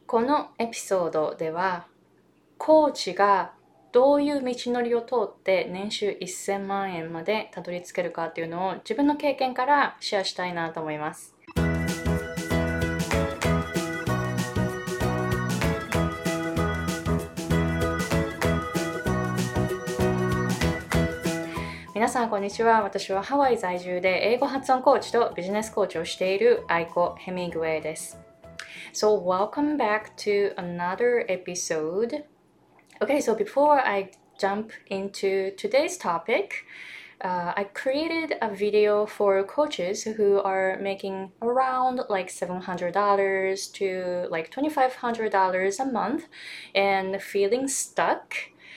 このエピソードでは、コーチがどういう道のりを通って年収1000万円までたどり着けるかっていうのを自分の経験からシェアしたいなと思います。皆さんこんにちは。私はハワイ在住で英語発音コーチとビジネスコーチをしているアイコ・ヘミングウェイです。So welcome back to another episode. Okay, so before I jump into today's topic, I created a video for coaches who are making around like $700 to like $2,500 a month and feeling stuck.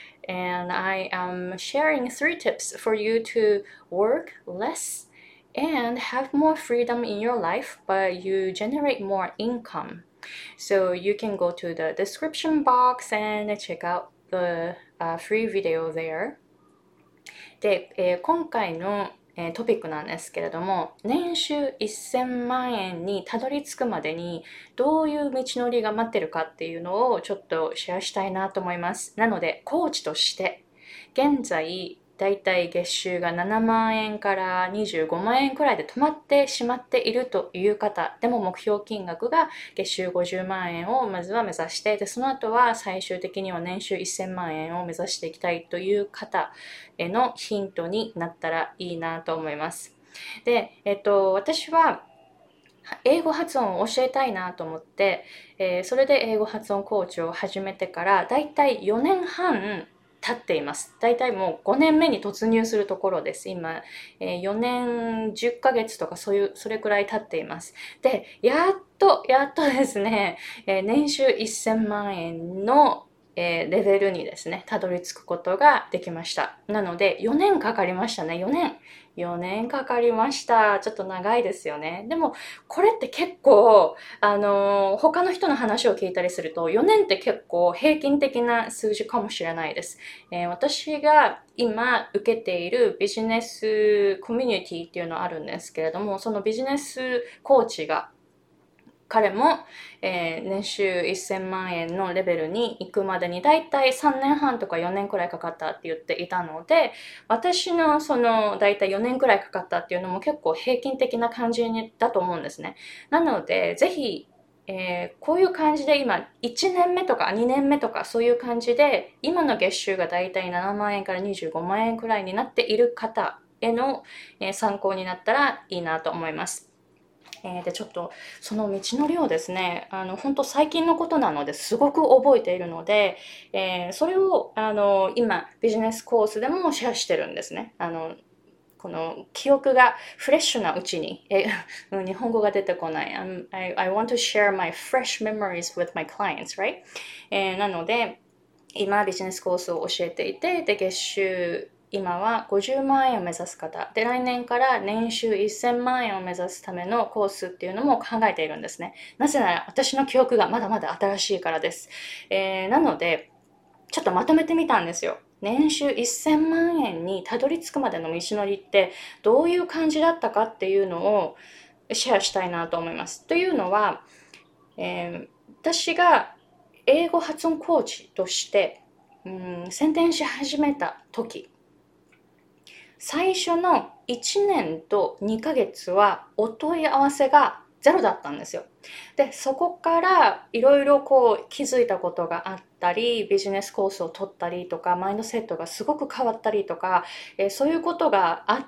And I am sharing 3 tips for you to work less and have more freedom in your life, but you generate more income. So you can go to the description box and check out the free video there. で、今回のトピックなんですけれども、年収1000万円にたどり着くまでにどういう道のりが待ってるかっていうのをちょっとシェアしたいなと思います。なので、コーチとして現在だいたい月収が7万円から25万円くらいで止まってしまっているという方でも、目標金額が月収50万円をまずは目指して、でその後は最終的には年収1000万円を目指していきたいという方へのヒントになったらいいなと思います。で、私は英語発音を教えたいなと思って、それで英語発音コーチを始めてからだいたい4年半経っています。だいたいもう5年目に突入するところです。今、4年10ヶ月とかそれくらい経っています。で、やっとですね、年収1000万円のレベルにですね、たどり着くことができました。なので、4年かかりましたね。4年かかりました。ちょっと長いですよね。でも、これって結構、他の人の話を聞いたりすると、4年って結構平均的な数字かもしれないです。私が今受けているビジネスコミュニティっていうのがあるんですけれども、そのビジネスコーチが彼も、年収1000万円のレベルに行くまでにだいたい3年半とか4年くらいかかったって言っていたので、私のそのだいたい4年くらいかかったっていうのも結構平均的な感じだと思うんですね。なので、ぜひ、こういう感じで今1年目とか2年目とかそういう感じで今の月収がだいたい7万円から25万円くらいになっている方への、参考になったらいいなと思います。で、ちょっとその道のりをですね、本当最近のことなのですごく覚えているので、それを今ビジネスコースでもシェアしてるんですね。この記憶がフレッシュなうちに、日本語が出てこない。I want to share my fresh memories with my clients, right? なので、今ビジネスコースを教えていて、で、月収今は50万円を目指す方で、来年から年収1000万円を目指すためのコースっていうのも考えているんですね。なぜなら私の記憶がまだまだ新しいからです。なのでちょっとまとめてみたんですよ。年収1000万円にたどり着くまでの道のりってどういう感じだったかっていうのをシェアしたいなと思います。というのは、私が英語発音コーチとして宣伝し始めた時、最初の1年と2ヶ月はお問い合わせがゼロだったんですよ。で、そこからいろいろ気づいたことがあったり、ビジネスコースを取ったりとか、マインドセットがすごく変わったりとか、そういうことがあって、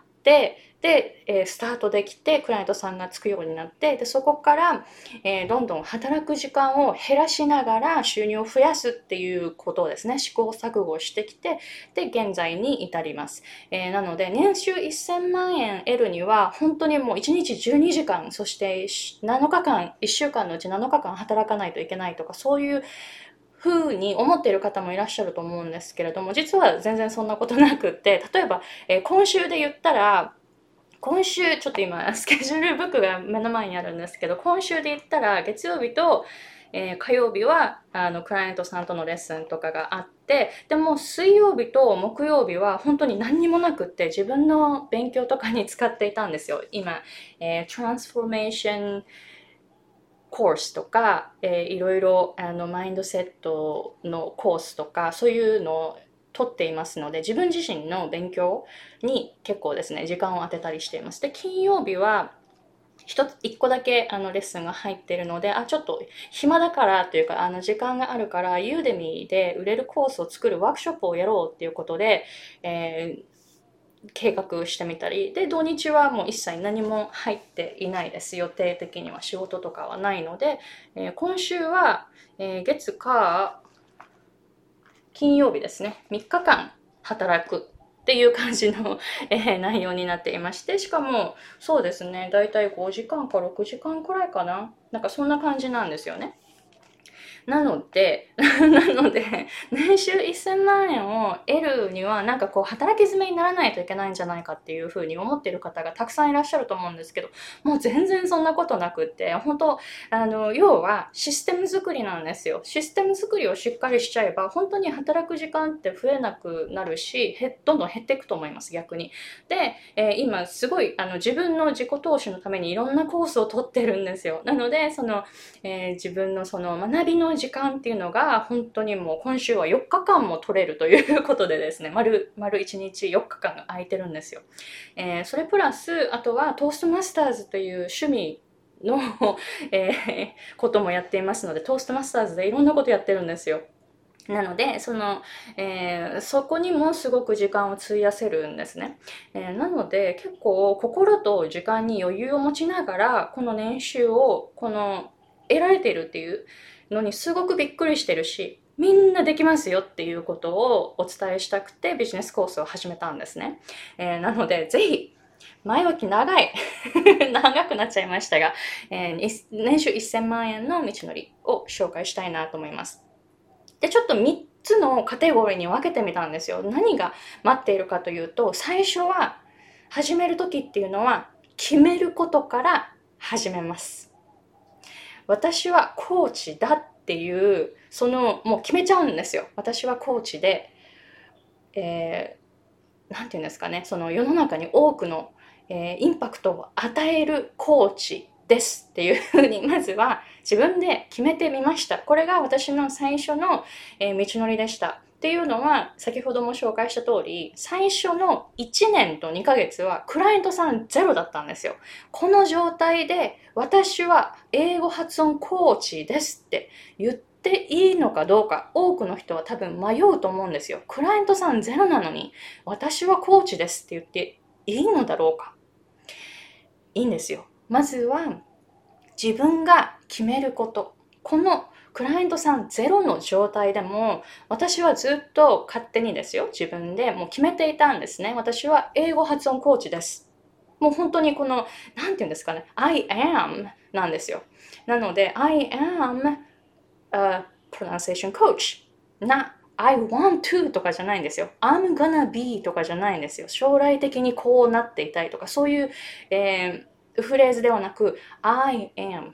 で、スタートできてクライアントさんがつくようになって、でそこから、どんどん働く時間を減らしながら収入を増やすっていうことをですね、試行錯誤してきて、で現在に至ります。なので年収1000万円得るには本当にもう1日12時間、そして7日間、1週間のうち7日間働かないといけないとか、そういう風に思っている方もいらっしゃると思うんですけれども、実は全然そんなことなくって、例えば、今週で言ったら、今週ちょっと今スケジュールブックが目の前にあるんですけど、今週で言ったら月曜日と、火曜日はクライアントさんとのレッスンとかがあって、でも水曜日と木曜日は本当に何にもなくって自分の勉強とかに使っていたんですよ。今、トランスフォーメーションコースとか、いろいろマインドセットのコースとかそういうのを取っていますので、自分自身の勉強に結構ですね時間を当てたりしています。で、金曜日は一個だけレッスンが入っているので、ちょっと暇だからというか、時間があるから、ユーデミーで売れるコースを作るワークショップをやろうっていうことで、計画してみたり、で、土日はもう一切何も入っていないです。予定的には仕事とかはないので、今週は、月、火、金曜日ですね、3日間働くっていう感じの、内容になっていまして、しかもそうですね、だいたい5時間か6時間くらいかな、なんかそんな感じなんですよね。なので年収1000万円を得るには、なんかこう、働き詰めにならないといけないんじゃないかっていうふうに思っている方がたくさんいらっしゃると思うんですけど、もう全然そんなことなくって、本当要はシステム作りなんですよ。システム作りをしっかりしちゃえば、本当に働く時間って増えなくなるし、どんどん減っていくと思います、逆に。で、今すごい自分の自己投資のためにいろんなコースを取ってるんですよ。なので、自分のその学びの時間っていうのが本当にもう今週は4日間も取れるということでですね、丸1日4日間が空いてるんですよ。それプラス、あとはトーストマスターズという趣味のこともやっていますので、トーストマスターズでいろんなことやってるんですよ。なので、そこにもすごく時間を費やせるんですね。なので、結構心と時間に余裕を持ちながら、この年収を、得られているっていうのにすごくびっくりしてるし、みんなできますよっていうことをお伝えしたくてビジネスコースを始めたんですね。なので、ぜひ、前置き長い長くなっちゃいましたが、年収1000万円の道のりを紹介したいなと思います。で、ちょっと3つのカテゴリーに分けてみたんですよ。何が待っているかというと、最初は始める時っていうのは決めることから始めます。私はコーチだっていう、もう決めちゃうんですよ。私はコーチで、なんていうんですかね、その世の中に多くの、インパクトを与えるコーチですっていうふうに、まずは自分で決めてみました。これが私の最初の、道のりでした。っていうのは、先ほども紹介した通り、最初の1年と2ヶ月はクライアントさんゼロだったんですよ。この状態で、私は英語発音コーチですって言っていいのかどうか、多くの人は多分迷うと思うんですよ。クライアントさんゼロなのに、私はコーチですって言っていいのだろうか。いいんですよ。まずは自分が決めること。このクライアントさんゼロの状態でも、私はずっと勝手にですよ、自分でもう決めていたんですね。私は英語発音コーチです。もう本当になんて言うんですかね、I am なんですよ。なので、I am a pronunciation coach. I want to とかじゃないんですよ。I'm gonna be とかじゃないんですよ。将来的にこうなっていたいとか、そういう、フレーズではなく、I am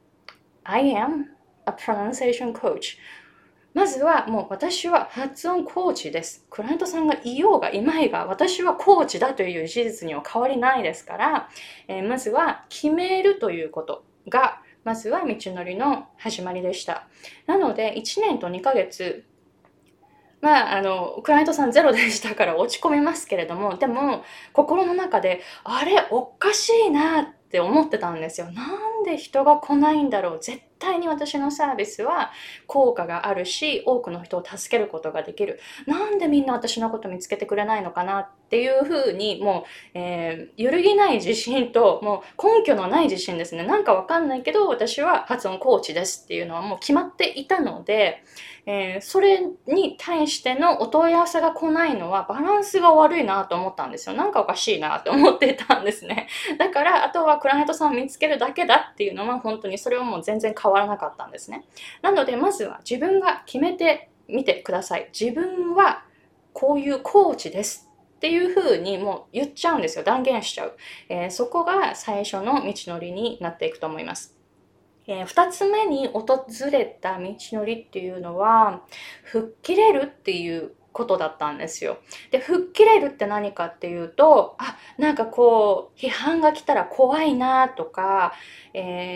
a pronunciation coach。まずはもう私は発音コーチです。クライアントさんがいようがいまいが私はコーチだという事実には変わりないですから、まずは決めるということがまずは道のりの始まりでした。なので1年と2ヶ月クライアントさんゼロでしたから落ち込みますけれども、でも心の中であれおかしいなって思ってたんですよ。なんで人が来ないんだろう。絶対に私のサービスは効果があるし、多くの人を助けることができる。なんでみんな私のこと見つけてくれないのかなっていうふうに、もう、揺るぎない自信と、もう根拠のない自信ですね。なんかわかんないけど、私は発音コーチですっていうのはもう決まっていたので、それに対してのお問い合わせが来ないのはバランスが悪いなと思ったんですよ。なんかおかしいなって思ってたんですね。だから、あとはクライアントさんを見つけるだけだっていうのは本当にそれはもう全然変わらなかったんですね。なので、まずは自分が決めてみてください。自分はこういうコーチです。っていう風にもう言っちゃうんですよ。断言しちゃう。そこが最初の道のりになっていくと思います。二つ目に訪れた道のりっていうのは、吹っ切れるっていうことだったんですよ。で、吹っ切れるって何かっていうと、なんかこう、批判が来たら怖いなとか、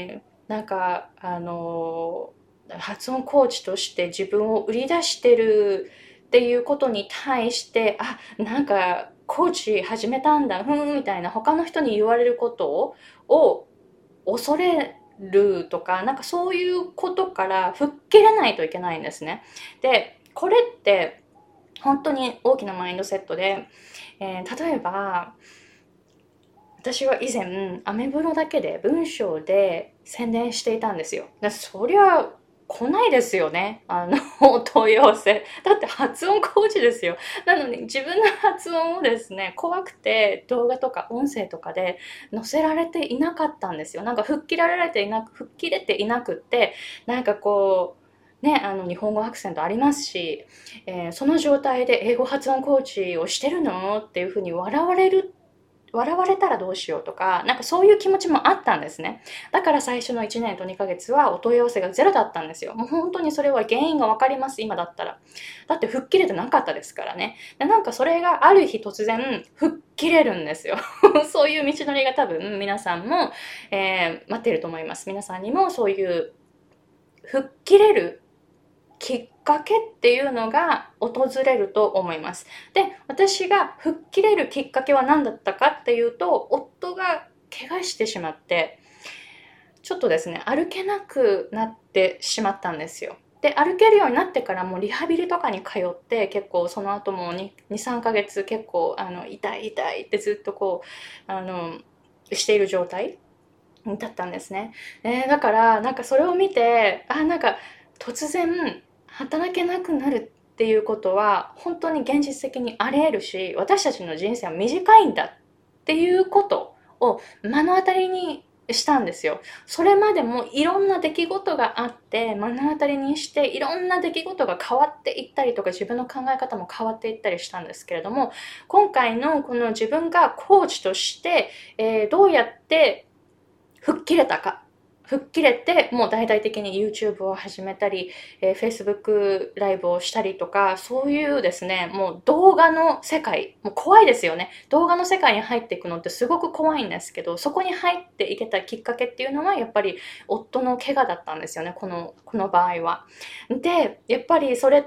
なんか発音コーチとして自分を売り出してるっていうことに対して、なんかコーチ始めたんだ、みたいな他の人に言われることを恐れるとか、なんかそういうことから吹っ切れないといけないんですね。で、これって本当に大きなマインドセットで、例えば、私は以前、アメブロだけで文章で宣伝していたんですよ。そりゃ来ないですよね。問い合わせ。だって発音コーチですよ。なのに自分の発音をですね、怖くて動画とか音声とかで載せられていなかったんですよ。なんか吹っ切れていなくって、なんかこう、ね、日本語アクセントありますし、その状態で英語発音コーチをしてるのっていうふうに笑われたらどうしようとか、なんかそういう気持ちもあったんですね。だから最初の1年と2ヶ月はお問い合わせがゼロだったんですよ。もう本当にそれは原因がわかります、今だったら。だって吹っ切れてなかったですからね。でなんかそれがある日突然吹っ切れるんですよ。そういう道のりが多分皆さんも、待っていると思います。皆さんにもそういう吹っ切れるきっかけっていうのが訪れると思います。で、私が吹っ切れるきっかけは何だったかっていうと、夫が怪我してしまって、ちょっとですね、歩けなくなってしまったんですよ。で、歩けるようになってからもリハビリとかに通って、結構その後も2、3ヶ月結構痛い痛いってずっとこう、している状態だったんですね。だからなんかそれを見て、なんか突然働けなくなるっていうことは本当に現実的にあり得るし、私たちの人生は短いんだっていうことを目の当たりにしたんですよ。それまでもいろんな出来事があって目の当たりにして、いろんな出来事が変わっていったりとか、自分の考え方も変わっていったりしたんですけれども、今回のこの自分がコーチとして、どうやって吹っ切れたか。吹っ切れて、もう大々的に YouTube を始めたり、Facebook ライブをしたりとか、そういうですね、もう動画の世界、もう怖いですよね。動画の世界に入っていくのってすごく怖いんですけど、そこに入っていけたきっかけっていうのは、やっぱり夫の怪我だったんですよね、この場合は。で、やっぱりそれって、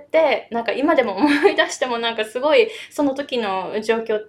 なんか今でも思い出してもなんかすごい、その時の状況って、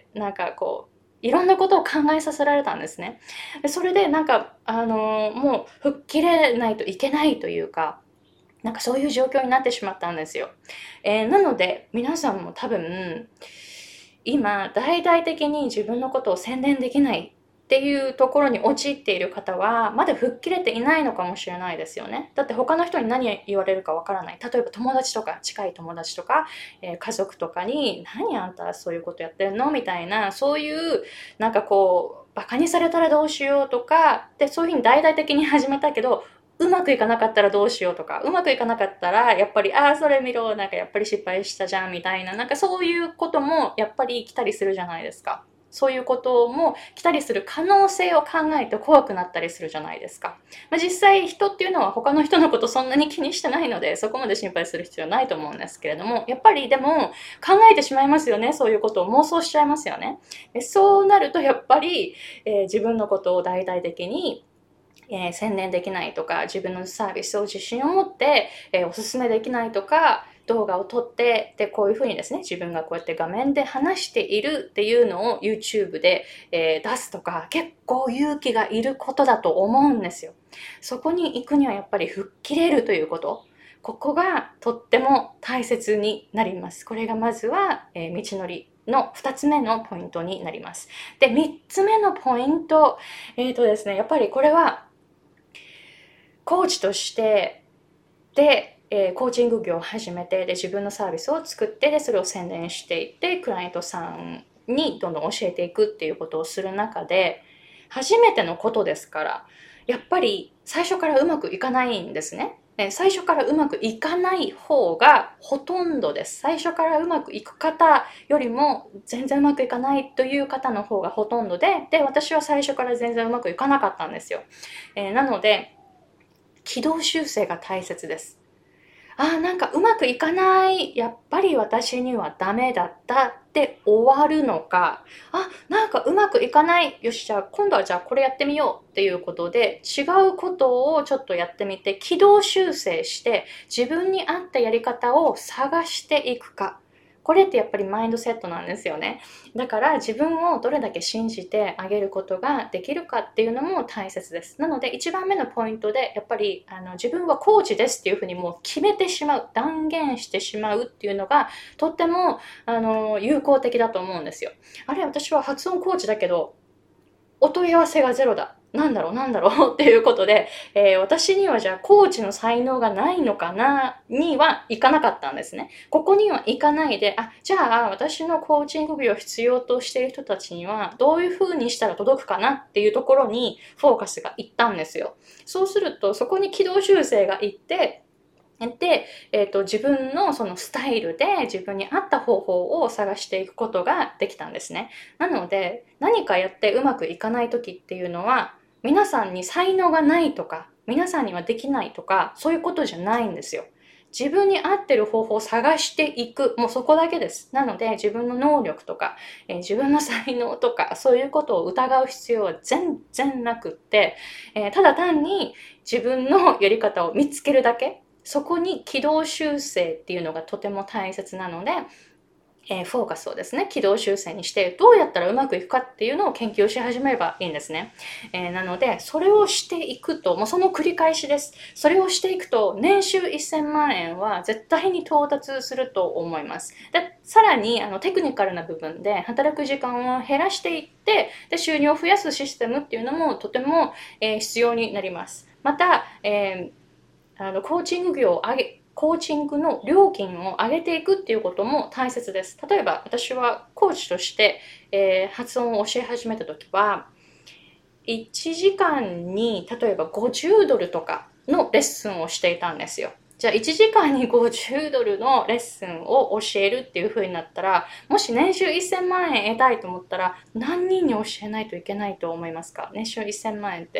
なんかこう、いろんなことを考えさせられたんですね。それでなんか、もう吹っ切れないといけないというか、なんかそういう状況になってしまったんですよ。なので、皆さんも多分、今、大々的に自分のことを宣伝できないっていうところに陥っている方は、まだ吹っ切れていないのかもしれないですよね。だって他の人に何言われるかわからない。例えば友達とか、近い友達とか、家族とかに、何あんたそういうことやってるのみたいな、そういう、なんかこう、バカにされたらどうしようとか、で、そういうふうに大々的に始めたけど、うまくいかなかったらどうしようとか、うまくいかなかったら、やっぱり、それ見ろ、なんかやっぱり失敗したじゃん、みたいな、なんかそういうことも、やっぱり来たりするじゃないですか。そういうことも来たりする可能性を考えて怖くなったりするじゃないですか。実際人っていうのは他の人のことそんなに気にしてないので、そこまで心配する必要ないと思うんですけれども、やっぱりでも考えてしまいますよね。そういうことを妄想しちゃいますよね。そうなるとやっぱり、自分のことを大々的に宣伝できないとか、自分のサービスを自信を持って、おすすめできないとか、動画を撮って、で、こういうふうにですね、自分がこうやって画面で話しているっていうのを YouTube で、出すとか、結構勇気がいることだと思うんですよ。そこに行くにはやっぱり吹っ切れるということ。ここがとっても大切になります。これがまずは、道のりの2つ目のポイントになります。で、3つ目のポイント、ですね、やっぱりこれはコーチとしてで、コーチング業を始めて、で、自分のサービスを作って、で、それを宣伝していって、クライアントさんにどんどん教えていくっていうことをする中で、初めてのことですから、やっぱり最初からうまくいかないんですね。最初からうまくいかない方がほとんどです。最初からうまくいく方よりも全然うまくいかないという方の方がほとんどで、で、私は最初から全然うまくいかなかったんですよ。なので、軌道修正が大切です。 なんかうまくいかない、やっぱり私にはダメだったって終わるのか、なんかうまくいかない、よし、じゃあ今度はじゃあこれやってみようっていうことで、違うことをちょっとやってみて、軌道修正して自分に合ったやり方を探していくか。これってやっぱりマインドセットなんですよね。だから自分をどれだけ信じてあげることができるかっていうのも大切です。なので1番目のポイントでやっぱり自分はコーチですっていうふうにもう決めてしまう、断言してしまうっていうのがとっても有効的だと思うんですよ。私は発音コーチだけどお問い合わせがゼロだ。なんだろうっていうことで、私にはじゃあコーチの才能がないのかなにはいかなかったんですね。ここにはいかないで、じゃあ私のコーチング日を必要としている人たちにはどういう風にしたら届くかなっていうところにフォーカスがいったんですよ。そうするとそこに軌道修正がいって、で、自分のそのスタイルで自分に合った方法を探していくことができたんですね。なので、何かやってうまくいかない時っていうのは、皆さんに才能がないとか、皆さんにはできないとか、そういうことじゃないんですよ。自分に合ってる方法を探していく。もうそこだけです。なので、自分の能力とか、自分の才能とか、そういうことを疑う必要は全然なくって、ただ単に自分のやり方を見つけるだけ。そこに軌道修正っていうのがとても大切なので、フォーカスをですね、軌道修正にして、どうやったらうまくいくかっていうのを研究し始めればいいんですね。なので、それをしていくと、もうその繰り返しです。それをしていくと、年収1000万円は絶対に到達すると思います。で、さらに、テクニカルな部分で、働く時間を減らしていって、で、収入を増やすシステムっていうのもとても、必要になります。また、コーチング業をコーチングの料金を上げていくっていうことも大切です。例えば私はコーチとして、発音を教え始めた時は1時間に例えば50ドルとかのレッスンをしていたんですよ。じゃあ1時間に50ドルのレッスンを教えるっていう風になったら、もし年収1000万円得たいと思ったら何人に教えないといけないと思いますか？年収1000万円って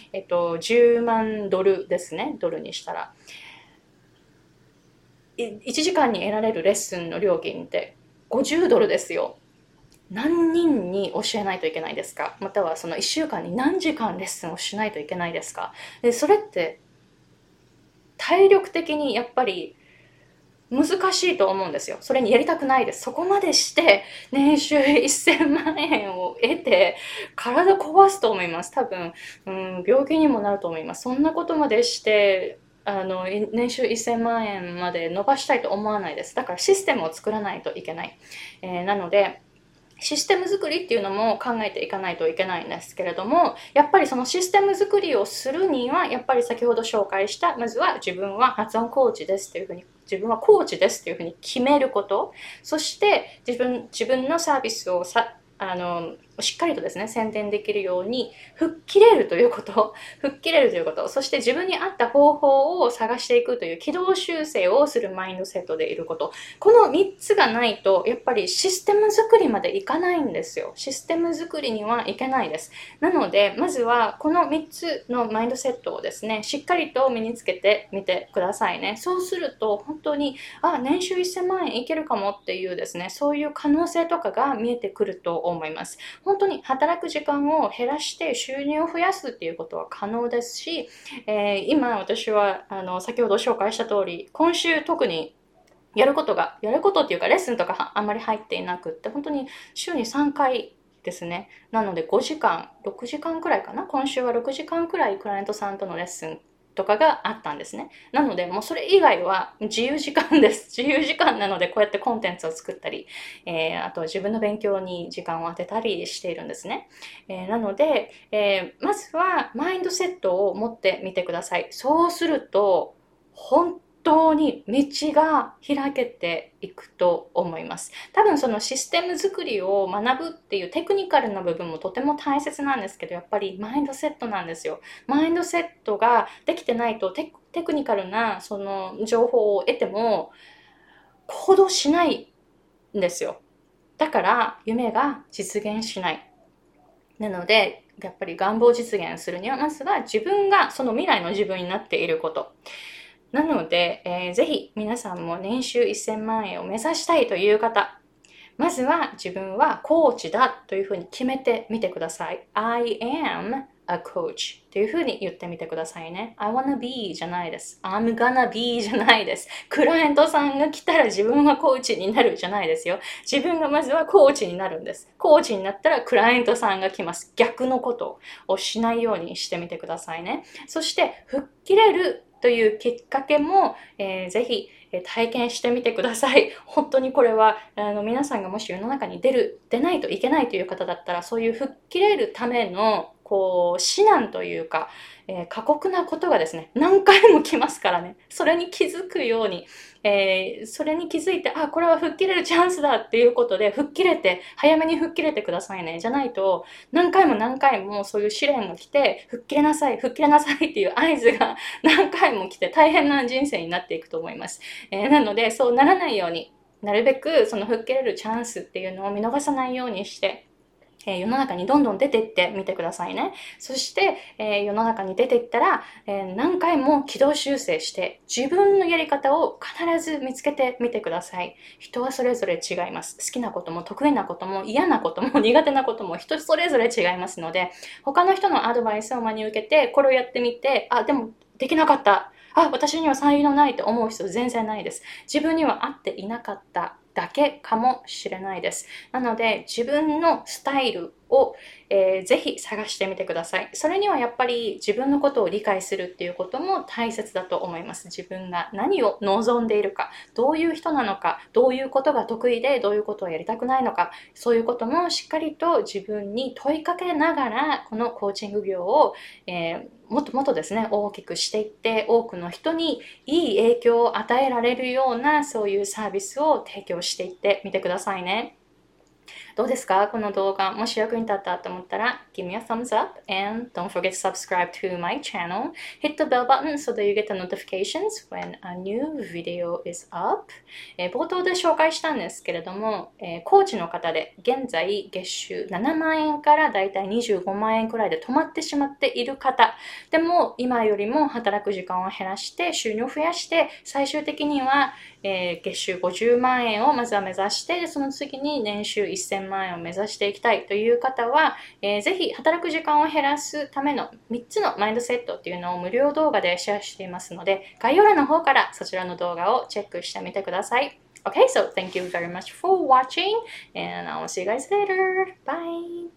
、10万ドルですね。ドルにしたら。1時間に得られるレッスンの料金って50ドルですよ。何人に教えないといけないですか？またはその1週間に何時間レッスンをしないといけないですか？で、それって体力的にやっぱり難しいと思うんですよ。それにやりたくないです。そこまでして年収1000万円を得て体壊すと思います。多分、病気にもなると思います。そんなことまでして年収1000万円まで伸ばしたいと思わないです。だからシステムを作らないといけない。なので、システム作りっていうのも考えていかないといけないんですけれども、やっぱりそのシステム作りをするには、やっぱり先ほど紹介した、まずは自分は発音コーチですというふうに、自分はコーチですというふうに決めること、そして自分のサービスをしっかりとですね、宣伝できるように、吹っ切れるということ、そして自分に合った方法を探していくという軌道修正をするマインドセットでいること。この3つがないと、やっぱりシステム作りまでいかないんですよ。システム作りにはいけないです。なので、まずはこの3つのマインドセットをですね、しっかりと身につけてみてくださいね。そうすると、本当に、年収1000万円いけるかもっていうですね、そういう可能性とかが見えてくると思います。本当に働く時間を減らして収入を増やすっていうことは可能ですし、今私は先ほど紹介した通り、今週特にやることっていうかレッスンとかあんまり入っていなくって、本当に週に3回ですね。なので5時間、6時間くらいかな。今週は6時間くらいクライアントさんとのレッスンとかがあったんですね。なので、もうそれ以外は自由時間です。自由時間なので、こうやってコンテンツを作ったり、あとは自分の勉強に時間を当てたりしているんですね。なので、まずはマインドセットを持ってみてください。そうすると、本当に道が開けていくと思います。多分そのシステム作りを学ぶっていうテクニカルな部分もとても大切なんですけど、やっぱりマインドセットなんですよ。マインドセットができてないとテクニカルなその情報を得ても行動しないんですよ。だから夢が実現しない。なので、やっぱり願望実現するには、まずは自分がその未来の自分になっていること。 なので、ぜひ皆さんも年収1000万円を目指したいという方、まずは自分はコーチだというふうに決めてみてください。I am a coach というふうに言ってみてくださいね。I wanna be じゃないです。I'm gonna be じゃないです。クライアントさんが来たら自分はコーチになるじゃないですよ。自分がまずはコーチになるんです。コーチになったらクライアントさんが来ます。逆のことをしないようにしてみてくださいね。そして吹っ切れるというきっかけも、ぜひ体験してみてください。本当にこれは皆さんがもし世の中に出ないといけないという方だったら、そういう吹っ切れるための指南というか、過酷なことがですね、何回も来ますからね。それに気づくように、それに気づいて、これは吹っ切れるチャンスだっていうことで、吹っ切れて、早めに吹っ切れてくださいね。じゃないと、何回も何回もそういう試練が来て、吹っ切れなさい、吹っ切れなさいっていう合図が何回も来て、大変な人生になっていくと思います。なので、そうならないように、なるべくその吹っ切れるチャンスっていうのを見逃さないようにして、世の中にどんどん出ていってみてくださいね。そして、世の中に出ていったら、何回も軌道修正して自分のやり方を必ず見つけてみてください。人はそれぞれ違います。好きなことも得意なことも嫌なことも苦手なことも人それぞれ違いますので、他の人のアドバイスを真に受けてこれをやってみて、でもできなかった。私には才能ないと思う人全然ないです。自分には合っていなかっただけかもしれないです。なので自分のスタイルを、ぜひ探してみてください。それにはやっぱり自分のことを理解するっていうことも大切だと思います。自分が何を望んでいるか、どういう人なのか、どういうことが得意でどういうことをやりたくないのか、そういうこともしっかりと自分に問いかけながらこのコーチング業を、もっともっとですね、大きくしていって多くの人にいい影響を与えられるようなそういうサービスを提供していってみてくださいね。どうですかこの動画。もし役に立ったと思ったら Give me a thumbs up and don't forget to subscribe to my channel. Hit the bell button so that you get the notifications when a new video is up. 冒頭で紹介したんですけれども、コーチの方で現在月収7万円からだいたい25万円くらいで止まってしまっている方。でも今よりも働く時間を減らして収入を増やして最終的には月収50万円をまずは目指して、その次に年収1000万円を目指していきたいという方は、ぜひ働く時間を減らすための3つのマインドセットっていうのを無料動画でシェアしていますので、概要欄の方からそちらの動画をチェックしてみてください。Okay, so thank you very much for watching and I'll see you guys later. Bye!